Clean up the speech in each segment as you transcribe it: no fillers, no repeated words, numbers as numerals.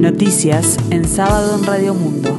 Noticias en sábado en Radio Mundo.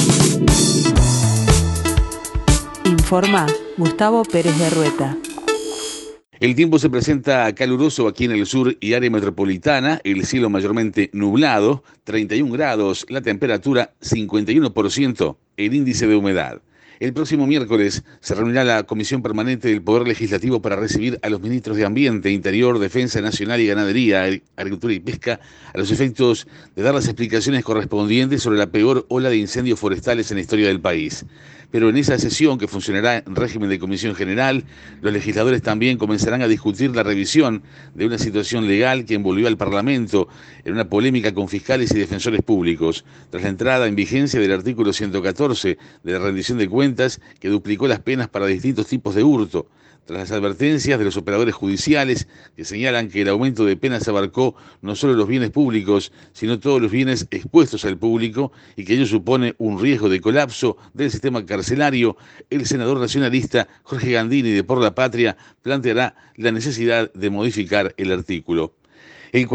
Informa Gustavo Pérez de Rueta. El tiempo se presenta caluroso aquí en el sur y área metropolitana, el cielo mayormente nublado, 31 grados, la temperatura 51%, el índice de humedad. El próximo miércoles se reunirá la Comisión Permanente del Poder Legislativo para recibir a los ministros de Ambiente, Interior, Defensa Nacional y Ganadería, Agricultura y Pesca a los efectos de dar las explicaciones correspondientes sobre la peor ola de incendios forestales en la historia del país. Pero en esa sesión, que funcionará en régimen de comisión general, los legisladores también comenzarán a discutir la revisión de una situación legal que envolvió al Parlamento en una polémica con fiscales y defensores públicos, tras la entrada en vigencia del artículo 114 de la rendición de cuentas, que duplicó las penas para distintos tipos de hurto, tras las advertencias de los operadores judiciales que señalan que el aumento de penas abarcó no solo los bienes públicos, sino todos los bienes expuestos al público y que ello supone un riesgo de colapso del sistema carcelario. El senador nacionalista Jorge Gandini de Por la Patria planteará la necesidad de modificar el artículo. El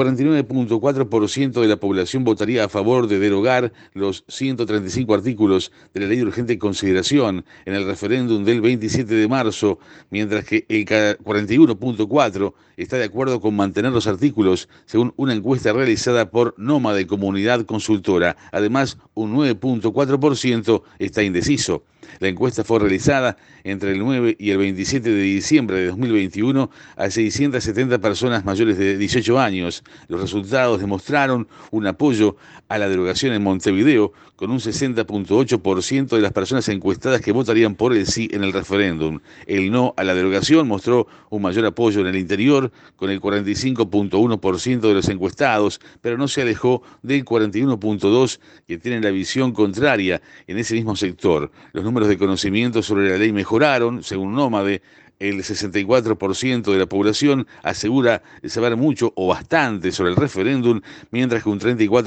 49.4% de la población votaría a favor de derogar los 135 artículos de la Ley de Urgente Consideración en el referéndum del 27 de marzo, mientras que el 41.4% está de acuerdo con mantener los artículos, según una encuesta realizada por Nómade Comunidad Consultora. Además, un 9.4% está indeciso. La encuesta fue realizada entre el 9 y el 27 de diciembre de 2021 a 670 personas mayores de 18 años. Los resultados demostraron un apoyo a la derogación en Montevideo, con un 60.8% de las personas encuestadas que votarían por el sí en el referéndum. El no a la derogación mostró un mayor apoyo en el interior, con el 45.1% de los encuestados, pero no se alejó del 41.2% que tienen la visión contraria en ese mismo sector. Los números de conocimiento sobre la ley mejoraron, según Nómade. El 64% de la población asegura saber mucho o bastante sobre el referéndum, mientras que un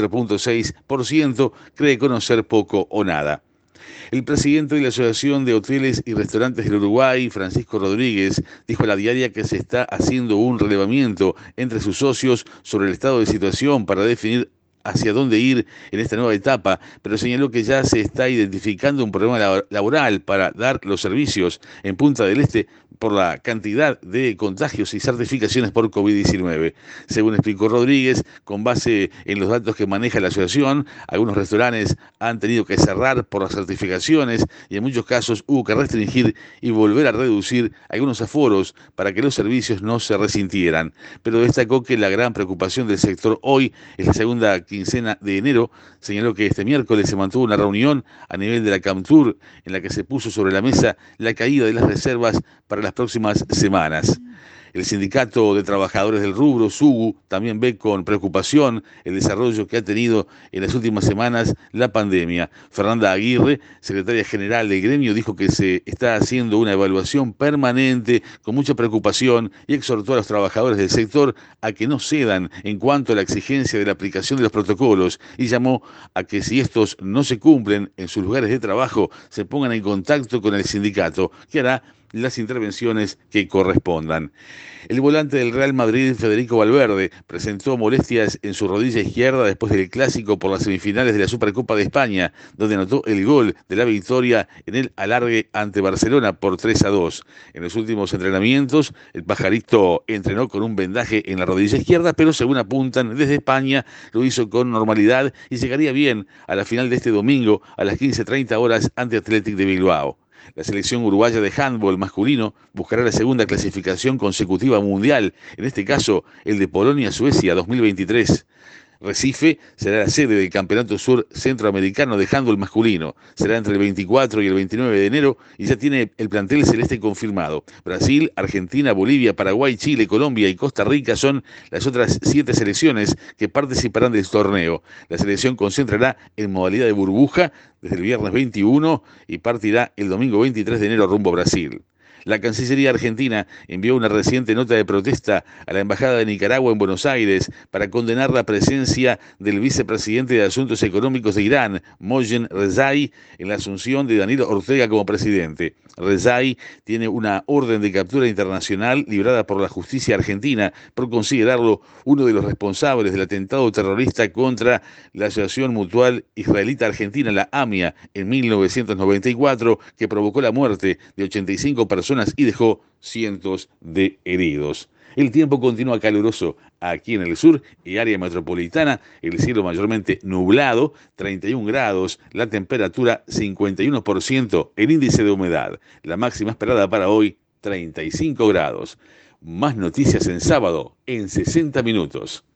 34.6% cree conocer poco o nada. El presidente de la Asociación de Hoteles y Restaurantes del Uruguay, Francisco Rodríguez, dijo a La Diaria que se está haciendo un relevamiento entre sus socios sobre el estado de situación para definir hacia dónde ir en esta nueva etapa, pero señaló que ya se está identificando un problema laboral para dar los servicios en Punta del Este por la cantidad de contagios y certificaciones por COVID-19. Según explicó Rodríguez, con base en los datos que maneja la asociación, algunos restaurantes han tenido que cerrar por las certificaciones y en muchos casos hubo que restringir y volver a reducir algunos aforos para que los servicios no se resintieran. Pero destacó que la gran preocupación del sector hoy es la segunda quincena de enero. Señaló que este miércoles se mantuvo una reunión a nivel de la CAMTUR en la que se puso sobre la mesa la caída de las reservas para las próximas semanas. El Sindicato de Trabajadores del Rubro, SUGU, también ve con preocupación el desarrollo que ha tenido en las últimas semanas la pandemia. Fernanda Aguirre, secretaria general del gremio, dijo que se está haciendo una evaluación permanente con mucha preocupación y exhortó a los trabajadores del sector a que no cedan en cuanto a la exigencia de la aplicación de los protocolos y llamó a que si estos no se cumplen en sus lugares de trabajo, se pongan en contacto con el sindicato, que hará las intervenciones que correspondan. El volante del Real Madrid, Federico Valverde, presentó molestias en su rodilla izquierda después del clásico por las semifinales de la Supercopa de España, donde anotó el gol de la victoria en el alargue ante Barcelona por 3-2. En los últimos entrenamientos, el pajarito entrenó con un vendaje en la rodilla izquierda, pero según apuntan desde España, lo hizo con normalidad y llegaría bien a la final de este domingo a las 15:30 horas ante Athletic de Bilbao. La selección uruguaya de handball masculino buscará la segunda clasificación consecutiva mundial, en este caso el de Polonia-Suecia 2023. Recife será la sede del Campeonato Sur Centroamericano de Handball masculino. Será entre el 24 y el 29 de enero y ya tiene el plantel celeste confirmado. Brasil, Argentina, Bolivia, Paraguay, Chile, Colombia y Costa Rica son las otras 7 selecciones que participarán del torneo. La selección concentrará en modalidad de burbuja desde el viernes 21 y partirá el domingo 23 de enero rumbo a Brasil. La Cancillería argentina envió una reciente nota de protesta a la Embajada de Nicaragua en Buenos Aires para condenar la presencia del vicepresidente de Asuntos Económicos de Irán, Mohsen Rezai, en la asunción de Daniel Ortega como presidente. Rezai tiene una orden de captura internacional librada por la justicia argentina por considerarlo uno de los responsables del atentado terrorista contra la Asociación Mutual Israelita-Argentina, la AMIA, en 1994, que provocó la muerte de 85 personas y dejó cientos de heridos. El tiempo continúa caluroso aquí en el sur y área metropolitana, el cielo mayormente nublado, 31 grados, la temperatura 51%, el índice de humedad, la máxima esperada para hoy 35 grados. Más noticias en sábado en 60 minutos.